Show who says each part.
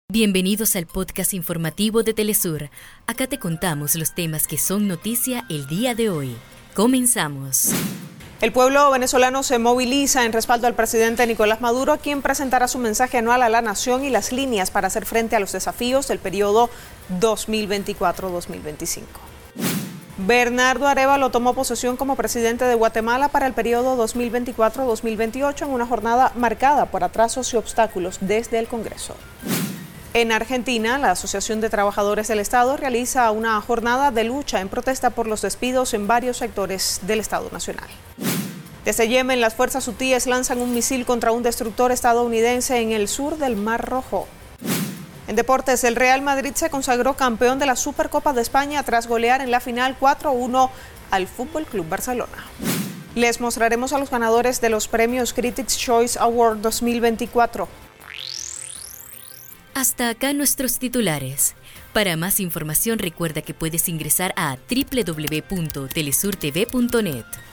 Speaker 1: Bienvenidos al podcast informativo de Telesur. Acá te contamos los temas que son noticia el día de hoy. Comenzamos.
Speaker 2: El pueblo venezolano se moviliza en respaldo al presidente Nicolás Maduro, quien presentará su mensaje anual a la nación y las líneas para hacer frente a los desafíos del periodo 2024-2025. Bernardo Arévalo tomó posesión como presidente de Guatemala para el periodo 2024-2028 en una jornada marcada por atrasos y obstáculos desde el Congreso. En Argentina, la Asociación de Trabajadores del Estado realiza una jornada de lucha en protesta por los despidos en varios sectores del Estado Nacional. Desde Yemen, las fuerzas hutíes lanzan un misil contra un destructor estadounidense en el sur del Mar Rojo. En deportes, el Real Madrid se consagró campeón de la Supercopa de España tras golear en la final 4-1 al Fútbol Club Barcelona. Les mostraremos a los ganadores de los premios Critics' Choice Award 2024.
Speaker 1: Hasta acá nuestros titulares. Para más información recuerda que puedes ingresar a www.telesurtv.net.